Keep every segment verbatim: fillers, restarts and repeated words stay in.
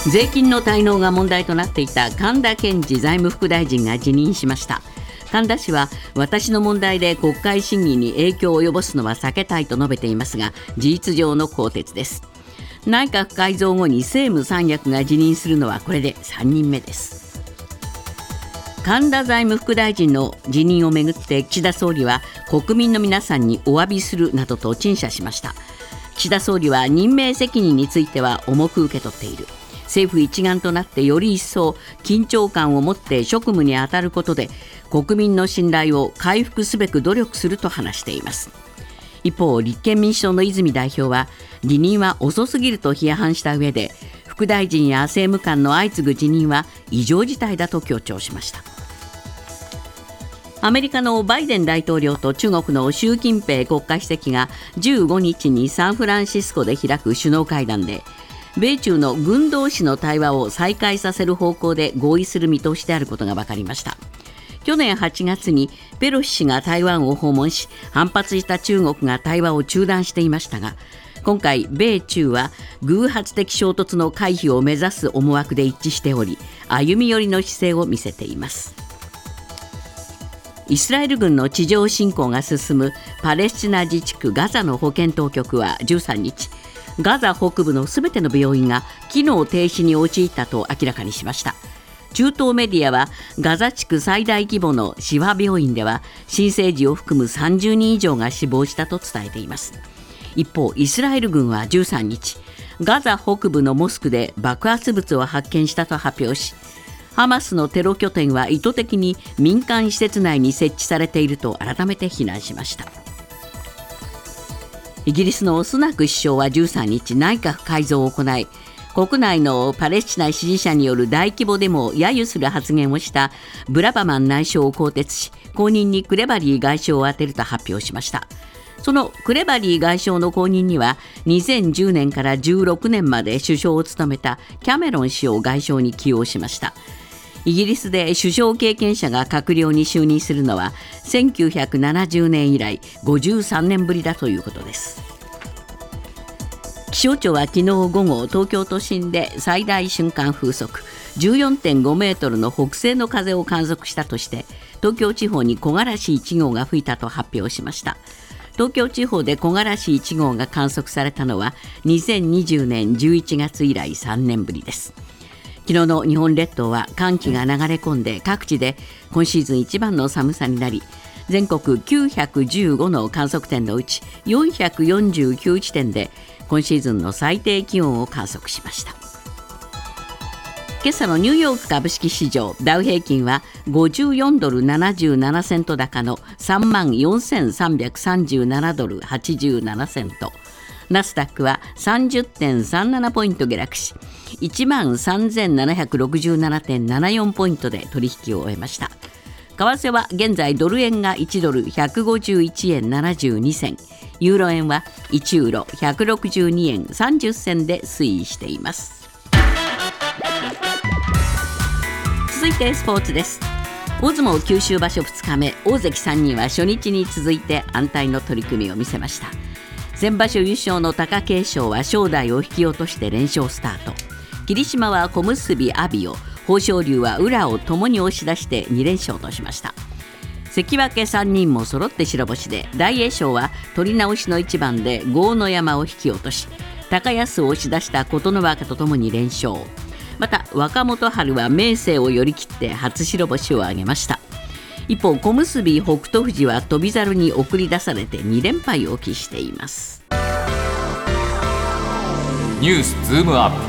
税金の滞納が問題となっていた神田憲次財務副大臣が辞任しました。神田氏は、私の問題で国会審議に影響を及ぼすのは避けたいと述べていますが、事実上の更迭です。内閣改造後に政務三役が辞任するのはこれでさんにんめです。神田財務副大臣の辞任をめぐって岸田総理は、国民の皆さんにお詫びするなどと陳謝しました。岸田総理は、任命責任については重く受け取っている。政府一丸となってより一層緊張感を持って職務に当たることで、国民の信頼を回復すべく努力すると話しています。一方、立憲民主党の泉代表は、辞任は遅すぎると批判した上で、副大臣や政務官の相次ぐ辞任は異常事態だと強調しました。アメリカのバイデン大統領と中国の習近平国家主席がじゅうごにちにサンフランシスコで開く首脳会談で、米中の軍同士の対話を再開させる方向で合意する見通しであることが分かりました。去年はちがつにペロシ氏が台湾を訪問し、反発した中国が対話を中断していましたが、今回米中は偶発的衝突の回避を目指す思惑で一致しており、歩み寄りの姿勢を見せています。イスラエル軍の地上侵攻が進むパレスチナ自治区ガザの保健当局はじゅうさんにち、ガザ北部のすべての病院が機能停止に陥ったと明らかにしました。中東メディアは、ガザ地区最大規模のシファ病院では新生児を含むさんじゅうにん以上が死亡したと伝えています。一方、イスラエル軍はじゅうさんにち、ガザ北部のモスクで爆発物を発見したと発表し、ハマスのテロ拠点は意図的に民間施設内に設置されていると改めて非難しました。イギリスのスナク首相はじゅうさんにち、内閣改造を行い、国内のパレスチナ支持者による大規模デモを揶揄する発言をしたブラバマン内相を更迭し、後任にクレバリー外相を充てると発表しました。そのクレバリー外相の後任には、にせんじゅうねんからじゅうろくねんまで首相を務めたキャメロン氏を外相に起用しました。イギリスで首相経験者が閣僚に就任するのはせんきゅうひゃくななじゅうねん以来ごじゅうさんねんぶりだということです。気象庁は昨日午後、東京都心で最大瞬間風速 じゅうよんてんごメートルの北西の風を観測したとして、東京地方に木枯らしいち号が吹いたと発表しました。東京地方で木枯らしいち号が観測されたのはにせんにじゅうねんじゅういちがつ以来さんねんぶりです。昨日の日本列島は寒気が流れ込んで、各地で今シーズン一番の寒さになり、全国きゅうひゃくじゅうごの観測点のうちよんひゃくよんじゅうきゅう地点で今シーズンの最低気温を観測しました。今朝のニューヨーク株式市場、ダウ平均はごじゅうよんドルななじゅうななセント高の さんまんよんせんさんびゃくさんじゅうななドルはちじゅうななセント、ナスダックは さんじゅってんさんなな ポイント下落し、いちまんさんぜんななひゃくろくじゅうななてんななよん ポイントで取引を終えました。為替は現在ドル円がいちドルひゃくごじゅういちえんななじゅうにせん、ユーロ円はいちユーロひゃくろくじゅうにえんさんじゅっせんで推移しています。続いてスポーツです。大相撲九州場所ふつかめ、大関さんにんは初日に続いて安泰の取り組みを見せました。先場所優勝の貴景勝は正代を引き落として連勝スタート。霧島は小結阿炎を、豊昇龍は宇良を共に押し出してに連勝としました。関脇さんにんも揃って白星で、大栄翔は取り直しの一番で豪ノ山を引き落とし、高安を押し出した琴ノ若とともに連勝。また若元春は明生を寄り切って初白星を挙げました。一方、小結北勝富士は翔猿に送り出されてに連敗を喫しています。 ニュースズームアップ。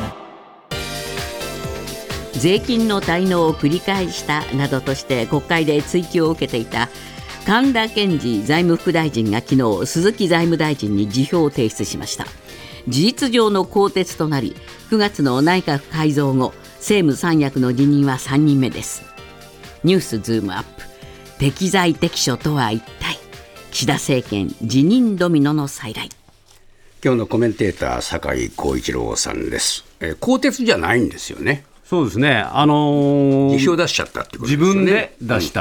税金の滞納を繰り返したなどとして国会で追及を受けていた神田憲次財務副大臣が昨日、鈴木財務大臣に辞表を提出しました。事実上の更迭となり、くがつの内閣改造後、政務三役の辞任はさんにんめです。ニュースズームアップ。適材適所とは一体。岸田政権辞任ドミノの再来。 今日のコメンテーター酒井光一郎さんです。えー、更迭じゃないんですよね。 そうですね、あのー、 辞表出しちゃったってことですよね。 自分で出した、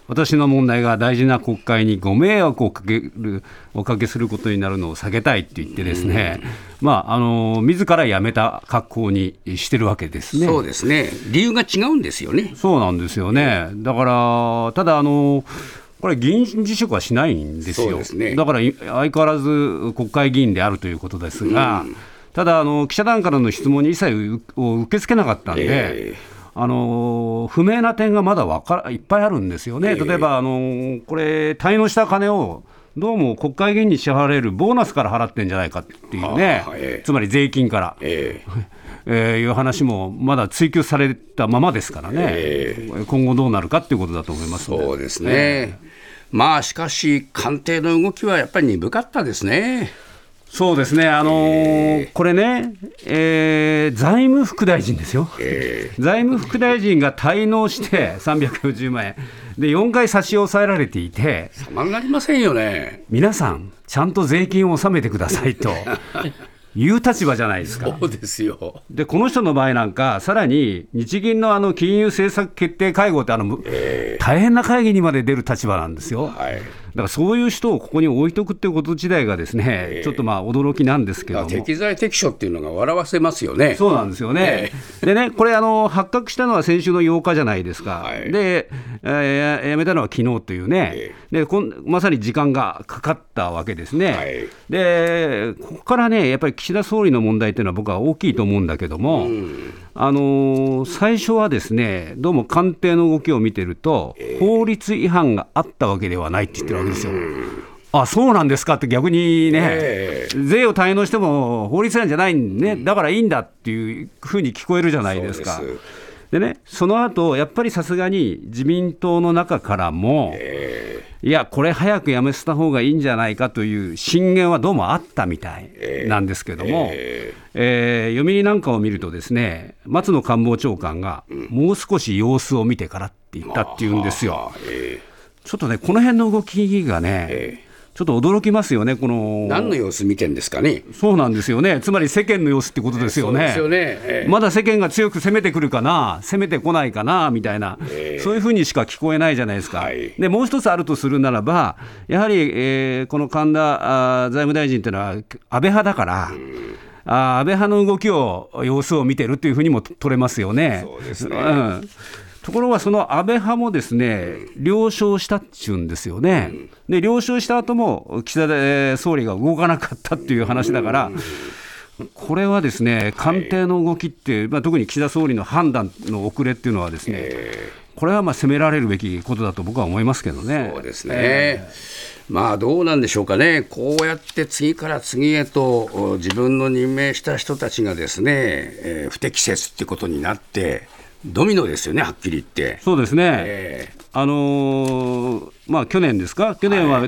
私の問題が大事な国会にご迷惑をかけるおかけすることになるのを避けたいって言ってですね、まあ、あの自ら辞めた格好にしてるわけですね。 そうですね、理由が違うんですよね。 そうなんですよね。だからただあのこれ議員辞職はしないんですよ。 そうですね、 だから相変わらず国会議員であるということですが、うん、ただあの記者団からの質問に一切を受け付けなかったんで、えーあの不明な点がまだわからいっぱいあるんですよね。例えばあのこれ滞納した金をどうも国会議員に支払われるボーナスから払ってんじゃないかっていうね、えー、つまり税金から、えーえー、いう話もまだ追及されたままですからね、えー、今後どうなるかっていうことだと思いますので。 そうですね、えー、まあしかし官邸の動きはやっぱり鈍かったですね。 そうですね、あのーえー、これね、えー、財務副大臣ですよ、えー、財務副大臣が滞納してさんびゃくよんじゅうまんえんでよんかい差し押さえられていて、 様になりませんよね。 皆さんちゃんと税金を納めてくださいという立場じゃないですか。 そうですよ。 でこの人の場合なんかさらに日銀のあの金融政策決定会合ってあの、えー、大変な会議にまで出る立場なんですよ、はい、だからそういう人をここに置いとくってこと自体がですね、えー、ちょっとまあ驚きなんですけども、 適材適所っていうのが笑わせますよね。 そうなんですよね、えー、でねこれあの発覚したのは先週のようかじゃないですか、はい、で、えー、やめたのは昨日というね、えー、でこんまさに時間がかかったわけですね、はい、でここからねやっぱり岸田総理の問題というのは僕は大きいと思うんだけども、うん、あのー、最初はですねどうも官邸の動きを見てると、えー、法律違反があったわけではないって言ってるわけですよ。あ、そうなんですかって逆にね、えー、税を滞納しても法律違反じゃないんでね、うん、だからいいんだっていうふうに聞こえるじゃないですか。そうです。でね、その後やっぱりさすがに自民党の中からも、えー、いやこれ早くやめた方がいいんじゃないかという進言はどうもあったみたいなんですけども、えーえー、読売なんかを見るとですね松野官房長官がもう少し様子を見てからって言ったっていうんですよ、うんえー、ちょっとねこの辺の動きがね、えーちょっと驚きますよね。この何の様子見てんですかね。 そうなんですよね。つまり世間の様子ってことですよね。 えー、そうですよね、えー、 まだ世間が強く攻めてくるかな攻めてこないかなみたいな、えー、そういうふうにしか聞こえないじゃないですか、はい、でもう一つあるとするならばやはり、えー、この神田財務大臣というのは安倍派だから、うんあ安倍派の動きを様子を見てるというふうにも取れますよね。 そうですね、 うんところがその安倍派もですね了承したっていうんですよね、うん、で了承した後も岸田総理が動かなかったっていう話だから、うん、これはですね官邸の動きって、はいまあ、特に岸田総理の判断の遅れっていうのはですね、えー、これはまあ責められるべきことだと僕は思いますけどね。 そうですね、えー、まあどうなんでしょうかね。こうやって次から次へと自分の任命した人たちがですね、えー、不適切ってことになってドミノですよね、はっきり言って。 そうですね、えーあのーまあ、去年ですか、去年は、はい、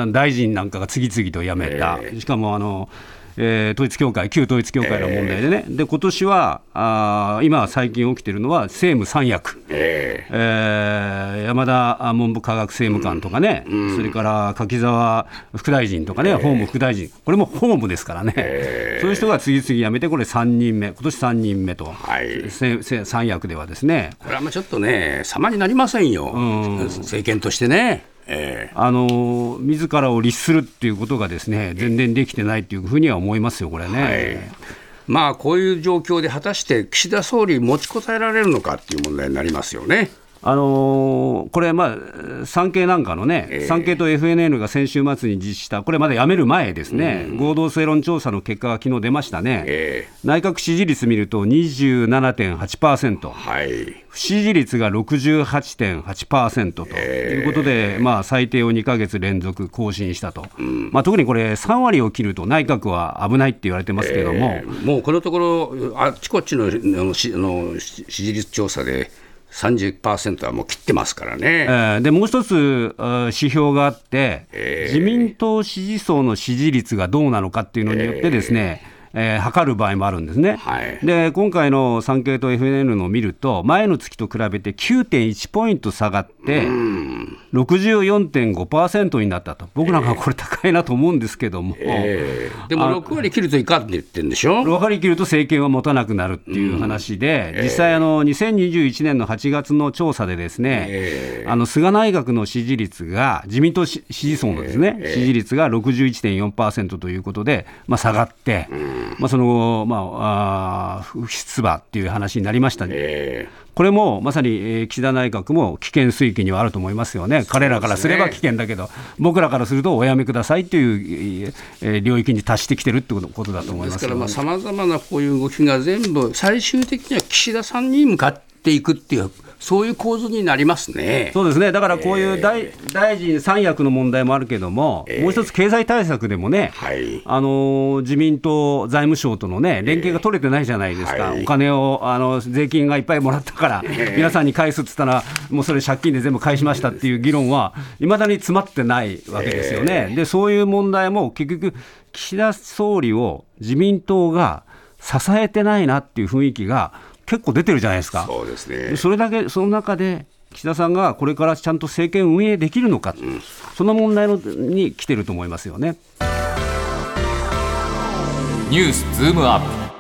大臣なんかが次々と辞めた、えー、しかもあの、えー、統一教会、旧統一教会の問題でね、えー、で今年はあ今、最近起きているのは政務三役、えーえー、山田文部科学政務官とかね、うん、それから柿沢副大臣とかね、えー、法務副大臣、これも法務ですからね、えー、そういう人が次々辞めて、これさんにんめ、今年さんにんめと、はい、三役ではですね、 これはまあちょっとね、様になりませんよ、うん、政権としてね。えー、 あの自らを律するっていうことがですね全然できてないというふうには思いますよ、これね、はい、 まあ、こういう状況で果たして岸田総理持ちこたえられるのかっていう問題になりますよね。 あのー、これ、まあ、産経なんかのね、えー、産経と エフエヌエヌ が先週末に実施した、これまだ辞める前ですね、うん、合同世論調査の結果が昨日出ましたね、えー、内閣支持率見ると にじゅうななてんはちパーセント、はい、不支持率が ろくじゅうはちてんはちパーセント ということで、えーまあ、最低をにかげつ連続更新したと、うんまあ、特にこれ、さんわりを切ると内閣は危ないって言われてますけども、 えー、もうこのところ、あっちこっちののしの支持率調査で、さんじゅっパーセント はもう切ってますからね、 えー、でもう一つ指標があって、えー、自民党支持層の支持率がどうなのかっていうのによってですね、えーえー、測る場合もあるんですね、はい、で今回の産経と エフエヌエヌ のを見ると前の月と比べて きゅうてんいち ポイント下がって、 ろくじゅうよんてんごパーセント になったと。僕なんかこれ高いなと思うんですけども、 えー、でもろく割切るといかんって言ってるんでしょ。 ろく割切ると政権は持たなくなるっていう話で、うんえー、実際あのにせんにじゅういちねんのはちがつの調査でですね、えー、あの菅内閣の支持率が自民党支持層のですね、えー、支持率が ろくじゅういちてんよんパーセント ということで、まあ、下がって、うんまあ、その後、まあ、あ不出馬っていう話になりましたね。えーこれもまさに岸田内閣も危険水域にはあると思いますよね。彼らからすれば危険だけど、僕らからするとおやめくださいという領域に達してきてるってことだと思います。 ですからさまざまなこういう動きが全部最終的には岸田さんに向かっていくっていうそういう構図になりますね。 そうですね。だからこういう 大,、えー、大臣三役の問題もあるけども、えー、もう一つ経済対策でもね、はい、あの自民党財務省との、ね、連携が取れてないじゃないですか、はい、お金をあの税金がいっぱいもらったから、えー、皆さんに返すって言ったらもうそれ借金で全部返しましたっていう議論はいまだに詰まってないわけですよね、えー、でそういう問題も結局岸田総理を自民党が支えてないなっていう雰囲気が結構出てるじゃないですか。 そうですね。 それだけその中で岸田さんがこれからちゃんと政権運営できるのか、うん、その問題のに来てると思いますよね。 ニュースズームアッ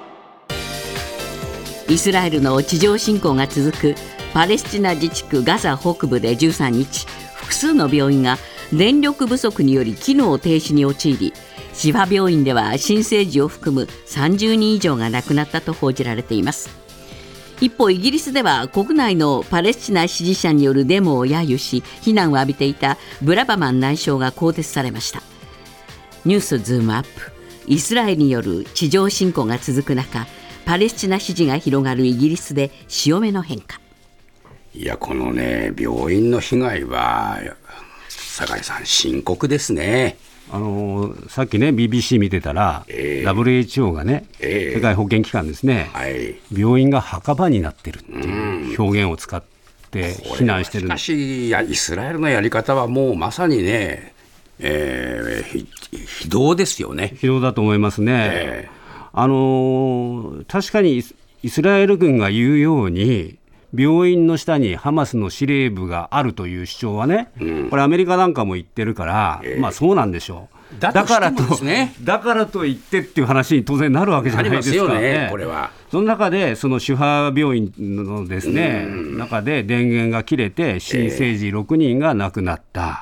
プ。イスラエルの地上侵攻が続くパレスチナ自治区ガザ北部でじゅうさんにち、複数の病院が電力不足により機能停止に陥り、シファ病院では新生児を含むさんじゅうにん以上が亡くなったと報じられています。一方、イギリスでは国内のパレスチナ支持者によるデモを揶揄し非難を浴びていたブラバマン内相が更迭されました。ニュースズームアップ。イスラエルによる地上侵攻が続く中、パレスチナ支持が広がるイギリスで潮目の変化。 いやこのね病院の被害は酒井さん深刻ですね。 あのー、さっきね ビービーシー 見てたら、えー、ダブリューエイチオー がね、えー、世界保健機関ですね、はい、病院が墓場になってるっていう表現を使って非難してるんです。 しかしやイスラエルのやり方はもうまさにね、えー、非道ですよね。 非道だと思いますね、えーあのー、確かにイスラエル軍が言うように病院の下にハマスの司令部があるという主張はね、うん、これアメリカなんかも言ってるから、えーまあ、そうなんでしょう。だからとだからと言ってっていう話に当然なるわけじゃないですか。 なりますよね、これは。 その中でそのシュハ病院のですね、中で電源が切れて新生児ろくにんが亡くなった、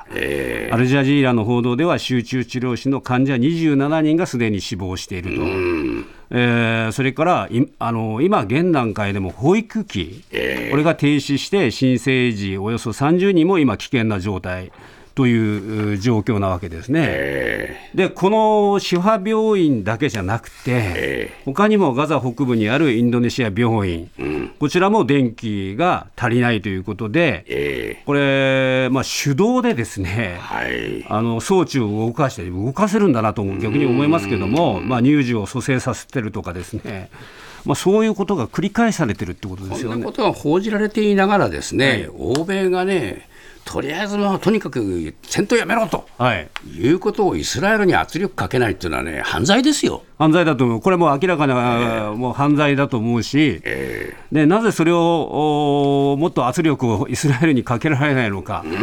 えー、アルジャジーラの報道では集中治療室の患者にじゅうななにんがすでに死亡していると、えー、それからいあの今現段階でも保育器、えー、これが停止して新生児およそさんじゅうにんも今危険な状態という状況なわけですね、えー、でこのシファ病院だけじゃなくて、えー、他にもガザ北部にあるインドネシア病院、うん、こちらも電気が足りないということで、えー、これ、まあ、手動でですね、はい、あの装置を動かして動かせるんだなと逆に思いますけども、まあ、乳児を蘇生させてるとかですね、まあ、そういうことが繰り返されてるってことですよね。 こんなことが報じられていながらですね、はい、欧米がねとりあえずもうとにかく戦闘やめろと、はい、いうことをイスラエルに圧力かけないというのはね犯罪ですよ。 犯罪だと思う。これも明らかな、えー、もう犯罪だと思うし、えー、でなぜそれをもっと圧力をイスラエルにかけられないのか、うん、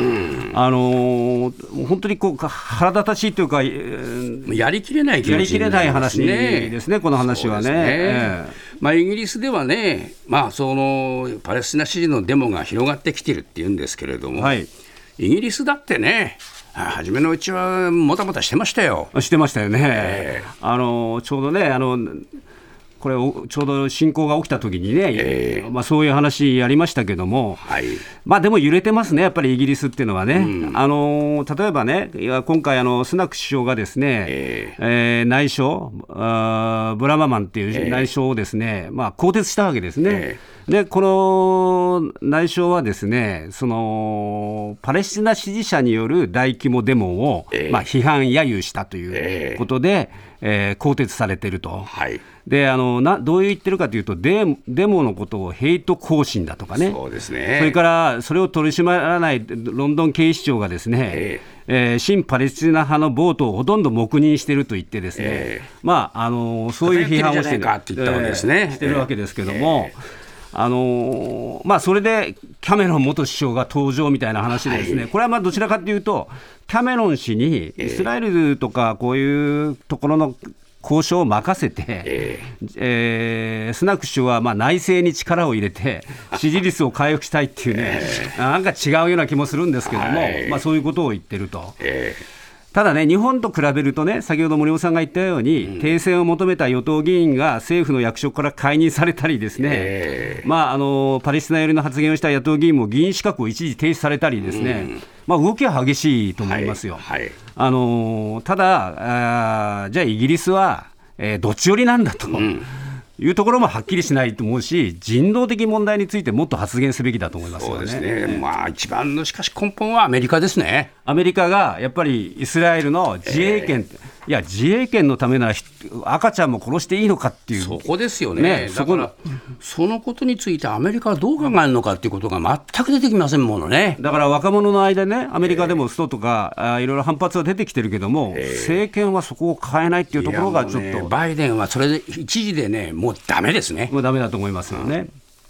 あのー、本当にこう腹立たしいというか、えー、 やりきれない気持ちになりますね。 やりきれない話ですね、この話はね。えーまあ、イギリスではね、まあ、そのパレスチナ支持のデモが広がってきているっていうんですけれども、はい、イギリスだってね初めのうちはもたもたしてましたよ。 してましたよね、えー、あのちょうどねあのこれちょうど侵攻が起きた時にね、えーまあ、そういう話ありましたけども、はい、まあでも揺れてますねやっぱりイギリスっていうのはね、うん、あの例えばね今回あのスナク首相がですね、えーえー、内相あブラママンっていう内相をですね、えーまあ、更迭したわけですね、えーでこの内相はですねそのパレスチナ支持者による大規模デモを、えーまあ、批判揶揄したということで、えーえー、更迭されていると、はい、であのなどう言ってるかというと デ, デモのことをヘイト行進だとかね、 そうですね、 それからそれを取り締まらないロンドン警視庁がですね、えーえー、親パレスチナ派の暴徒をほとんど黙認していると言ってですね、えーまあ、あのそういう批判をしている、 かって言ったわけですね、 えー、してるわけですけども、えーあのーまあ、それでキャメロン元首相が登場みたいな話でですね、はい、これはまあどちらかというとキャメロン氏にイスラエルとかこういうところの交渉を任せて、えーえー、スナク首相はまあ内政に力を入れて支持率を回復したいっていうね、えー、なんか違うような気もするんですけども、はい、まあ、そういうことを言ってると、えーただね、日本と比べるとね、先ほど森本さんが言ったように、うん、停戦を求めた与党議員が政府の役職から解任されたりですね、えーまあ、あのパレスチナ寄りの発言をした野党議員も議員資格を一時停止されたりですね、うんまあ、動きは激しいと思いますよ。はいはい、あのただあ、じゃあイギリスは、えー、どっち寄りなんだと。うんいうところもはっきりしないと思うし、人道的問題についてもっと発言すべきだと思いますよね。 そうですね、まあ、一番のしかし根本はアメリカですね。 アメリカがやっぱりイスラエルの自衛権、えー、いや自衛権のためなら赤ちゃんも殺していいのかっていう、 そこですよ ね, ねだからそのことについてアメリカはどう考えるのかっていうことが全く出てきませんものね。 だから若者の間ね、アメリカでもストとか、えー、あいろいろ反発は出てきてるけども、えー、政権はそこを変えないっていうところがちょっと、ね、 バイデンはそれで一時でね、もうダメですね。 もうダメだと思いますよね。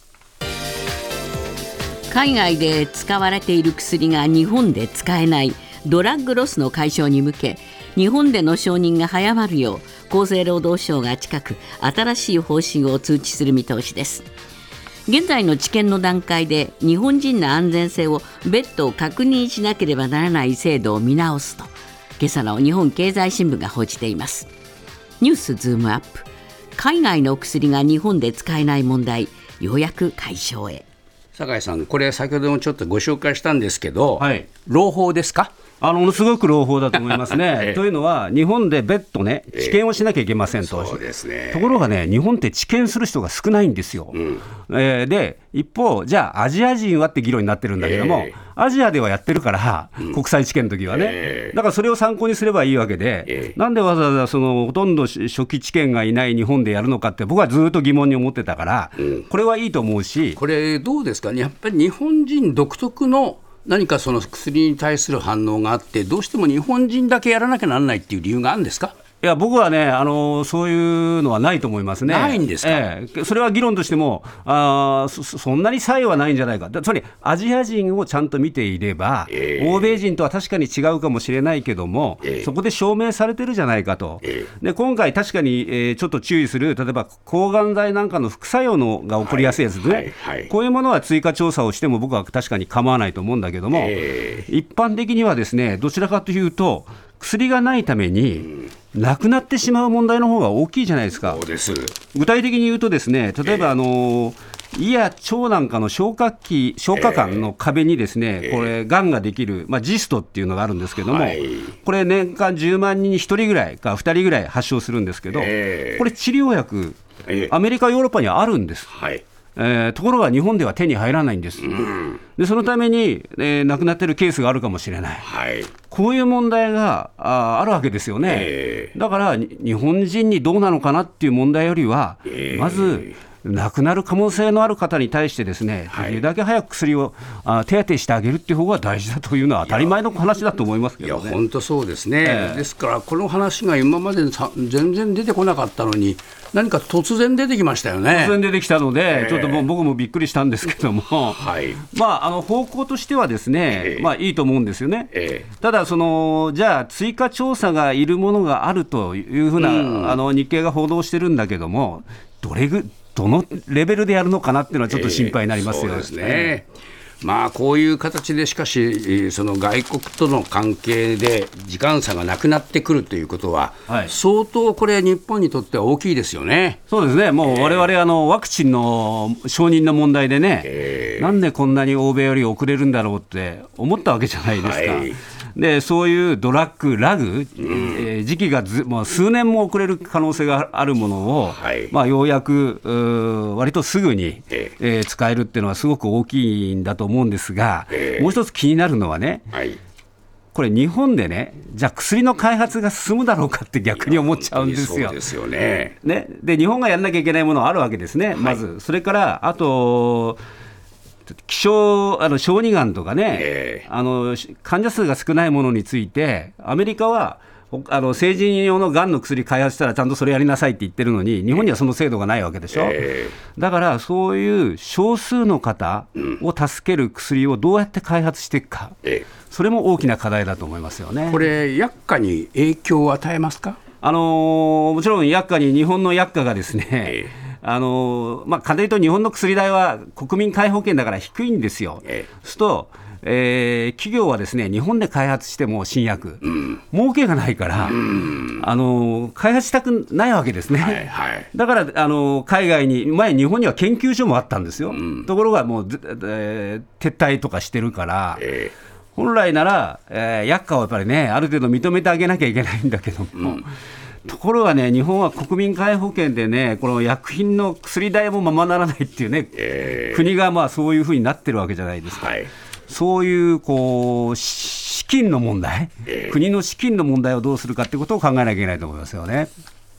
海外で使われている薬が日本で使えないドラッグロスの解消に向け、日本での承認が早まるよう厚生労働省が近く新しい方針を通知する見通しです。現在の治験の段階で日本人の安全性を別途確認しなければならない制度を見直すと、今朝の日本経済新聞が報じています。ニュースズームアップ、海外の薬が日本で使えない問題、ようやく解消へ。 酒井さん、これ先ほどもちょっとご紹介したんですけど、はい、朗報ですか？ あのすごく朗報だと思いますね、ええ、というのは日本で別途ね治験をしなきゃいけませんと、ええ、そうですね。ところがね、日本って治験する人が少ないんですよ、うんえー、で一方じゃあアジア人はって議論になってるんだけども、えー、アジアではやってるから、うん、国際治験の時はね、えー、だからそれを参考にすればいいわけで、えー、なんでわざわざそのほとんど初期治験がいない日本でやるのかって僕はずっと疑問に思ってたから、うん、これはいいと思うし。 これどうですかね、やっぱり日本人独特の何かその薬に対する反応があって、どうしても日本人だけやらなきゃならないっていう理由があるんですか？ いや僕はね、あのそういうのはないと思いますね。 ないんですか？ ええ、それは議論としてもあ そ, そんなに差異はないんじゃないか。つまりアジア人をちゃんと見ていれば、えー、欧米人とは確かに違うかもしれないけども、えー、そこで証明されてるじゃないかと、えー、で今回確かに、えー、ちょっと注意する、例えば抗がん剤なんかの副作用のが起こりやすいやつね、はいはいはい、こういうものは追加調査をしても僕は確かに構わないと思うんだけども、えー、一般的にはですね、どちらかというと薬がないために亡くなってしまう問題の方が大きいじゃないですか。 そうです。 具体的に言うとですね、例えばあの胃や腸なんかの消化器消化管の壁にですね、これがんができる、まあ、ジストっていうのがあるんですけども、これ年間じゅうまんにんにひとりぐらいかふたりぐらい発症するんですけど、これ治療薬アメリカヨーロッパにはあるんです。はい、えー、ところが日本では手に入らないんです、うん、でそのために、えー、亡くなっているケースがあるかもしれない、はい、こういう問題が あ, あるわけですよね、えー、だから日本人にどうなのかなっていう問題よりは、えー、まず亡くなる可能性のある方に対してですね、はい、できるだけ早く薬をあ手当てしてあげるっていう方が大事だというのは当たり前の話だと思いますけどね。 いや本当そうですね、えー、ですからこの話が今までさ全然出てこなかったのに何か突然出てきましたよね。 突然出てきたので、えー、ちょっともう僕もびっくりしたんですけども、はい、まあ、あの方向としてはですね、えーまあ、いいと思うんですよね、えー、ただそのじゃあ追加調査がいるものがあるというふうな、うん、あの日経が報道してるんだけども、どれぐどのレベルでやるのかなっていうのはちょっと心配になりますよね。えー、そうですね。 まあ、こういう形でしかしその外国との関係で時間差がなくなってくるということは、はい、相当これ日本にとっては大きいですよね。 そうですね。もう我々あのワクチンの承認の問題でね、えー、なんでこんなに欧米より遅れるんだろうって思ったわけじゃないですか、はい、でそういうドラッグラグ、うん、えー、時期がずもう数年も遅れる可能性があるものを、はい、まあ、ようやくう割とすぐに、えーえー、使えるっていうのはすごく大きいんだと思うんですが、えー、もう一つ気になるのはね、はい、これ日本でね、じゃあ薬の開発が進むだろうかって逆に思っちゃうんですよ。 そうですよね。 ね、で日本がやらなきゃいけないものはあるわけですね、はい、まずそれからあと希少あの小児がんとかね、えー、あの患者数が少ないものについてアメリカはあの成人用のがんの薬開発したらちゃんとそれやりなさいって言ってるのに、日本にはその制度がないわけでしょ、えー、だからそういう少数の方を助ける薬をどうやって開発していくか、えー、それも大きな課題だと思いますよね。 これ薬価に影響を与えますか？ あのー、もちろん薬価に、日本の薬価がですね、えーあのまあ、簡単に言うと日本の薬代は国民皆保険だから低いんですよ、ええ、そうすると、えー、企業はですね、日本で開発しても新薬、うん、儲けがないから、うん、あの開発したくないわけですね、はいはい、だからあの海外に、前日本には研究所もあったんですよ、うん、ところがもう、えー、撤退とかしてるから、えー、本来なら、えー、薬価をやっぱりね、ある程度認めてあげなきゃいけないんだけども、うんところがね、日本は国民皆保険でね、この薬品の薬代もままならないっていうね、えー、国がまあそういうふうになってるわけじゃないですか、はい、そういうこう資金の問題、えー、国の資金の問題をどうするかってことを考えなきゃいけないと思いますよね。